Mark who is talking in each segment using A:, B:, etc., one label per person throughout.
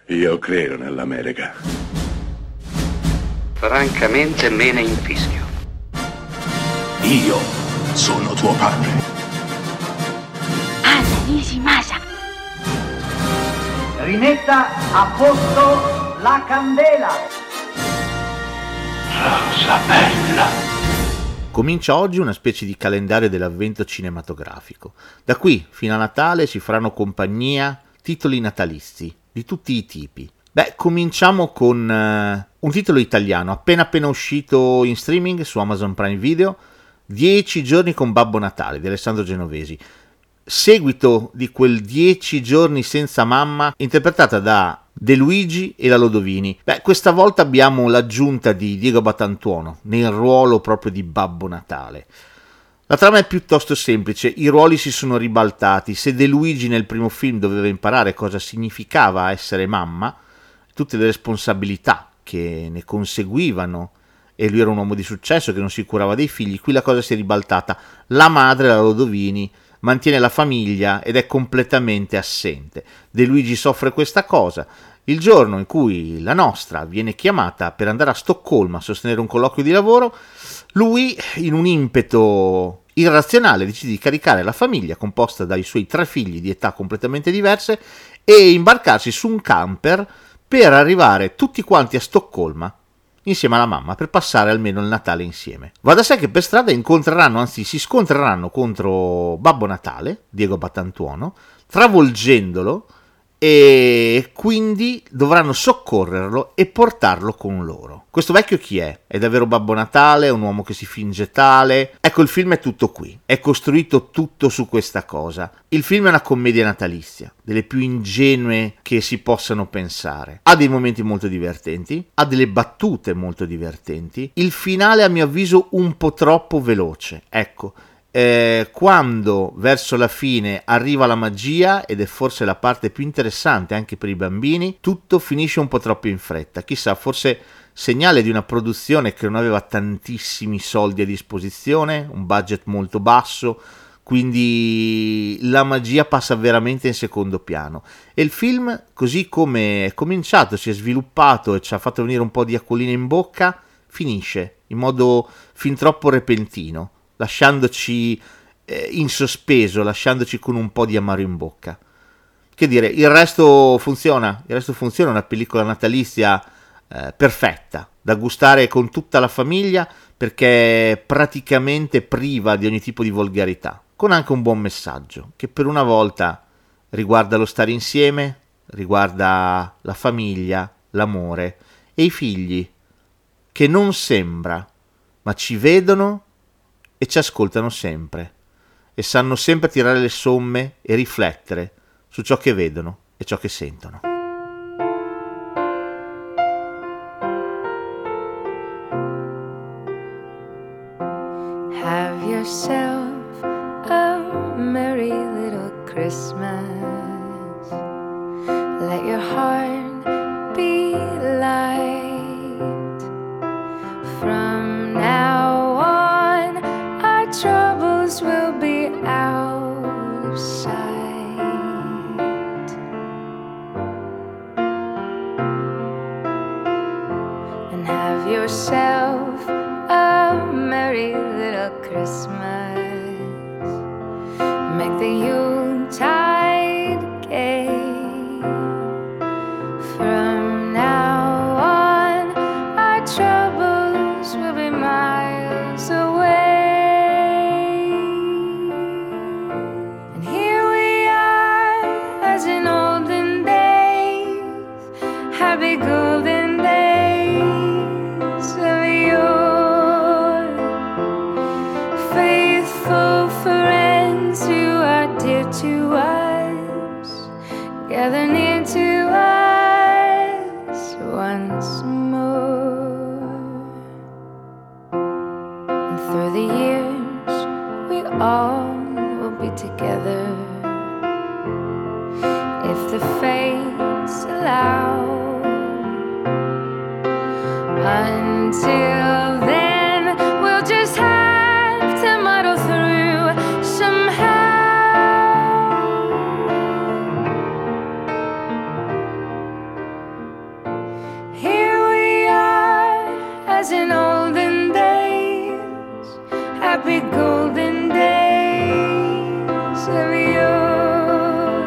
A: Io credo nell'America.
B: Francamente me ne infischio.
C: Io sono tuo padre.
D: Anna Nishimasa.
E: Rimetta a posto la candela.
C: Rosa bella.
F: Comincia oggi una specie di calendario dell'avvento cinematografico. Da qui fino a Natale ci faranno compagnia titoli natalizi di tutti i tipi. Cominciamo con un titolo italiano appena uscito in streaming su Amazon Prime Video, 10 giorni con Babbo Natale di Alessandro Genovesi, seguito di quel 10 giorni senza mamma interpretata da De Luigi e la Lodovini. Questa volta abbiamo l'aggiunta di Diego Battantuono nel ruolo proprio di Babbo Natale. La trama è piuttosto semplice, i ruoli si sono ribaltati. Se De Luigi nel primo film doveva imparare cosa significava essere mamma, tutte le responsabilità che ne conseguivano, e lui era un uomo di successo che non si curava dei figli, qui la cosa si è ribaltata. La madre, la Lodovini, mantiene la famiglia ed è completamente assente. De Luigi soffre questa cosa. Il giorno in cui la nostra viene chiamata per andare a Stoccolma a sostenere un colloquio di lavoro, lui, in un impeto irrazionale, decide di caricare la famiglia, composta dai suoi 3 figli di età completamente diverse, e imbarcarsi su un camper per arrivare tutti quanti a Stoccolma insieme alla mamma per passare almeno il Natale insieme. Va da sé che per strada si scontreranno contro Babbo Natale, Diego Battantuono, travolgendolo, e quindi dovranno soccorrerlo e portarlo con loro. Questo vecchio chi è? È davvero Babbo Natale? È un uomo che si finge tale? Ecco, il film è tutto qui, è costruito tutto su questa cosa. Il film è una commedia natalizia, delle più ingenue che si possano pensare. Ha dei momenti molto divertenti, ha delle battute molto divertenti. Il finale, a mio avviso, un po' troppo veloce, ecco. Quando verso la fine arriva la magia, ed è forse la parte più interessante anche per i bambini, tutto finisce un po' troppo in fretta. Chissà, forse segnale di una produzione che non aveva tantissimi soldi a disposizione, un budget molto basso, quindi la magia passa veramente in secondo piano. E il film, così come è cominciato, si è sviluppato e ci ha fatto venire un po' di acquolina in bocca, finisce in modo fin troppo repentino, lasciandoci in sospeso, lasciandoci con un po' di amaro in bocca. Che dire, il resto funziona, è una pellicola natalizia perfetta, da gustare con tutta la famiglia, perché è praticamente priva di ogni tipo di volgarità, con anche un buon messaggio, che per una volta riguarda lo stare insieme, riguarda la famiglia, l'amore e i figli, che non sembra, ma ci vedono e ci ascoltano sempre, e sanno sempre tirare le somme e riflettere su ciò che vedono e ciò che sentono.
G: Have yourself a merry little Christmas. Let your heart be light. From now on, our troubles will be out of sight. And have yourself a merry little Christmas. Make the Yuletide gay. From now on, our troubles will be miles away. And here we are, as in olden days, happy golden days of yore. Faithful friends who are dear to us, gather near to us. as in olden days, happy golden days of yore.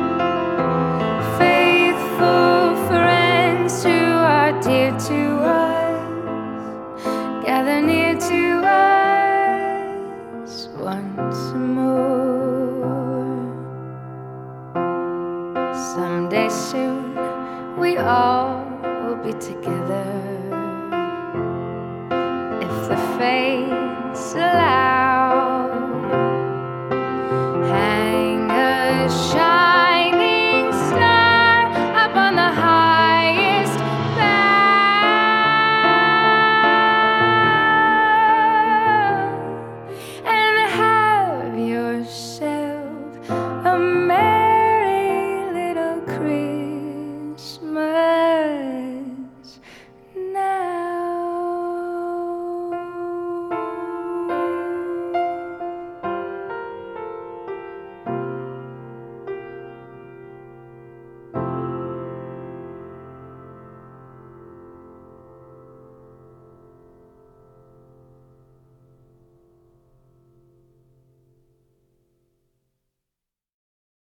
G: Faithful friends who are dear to us, gather near to us once more. Someday soon we all will be together, if the fates allow.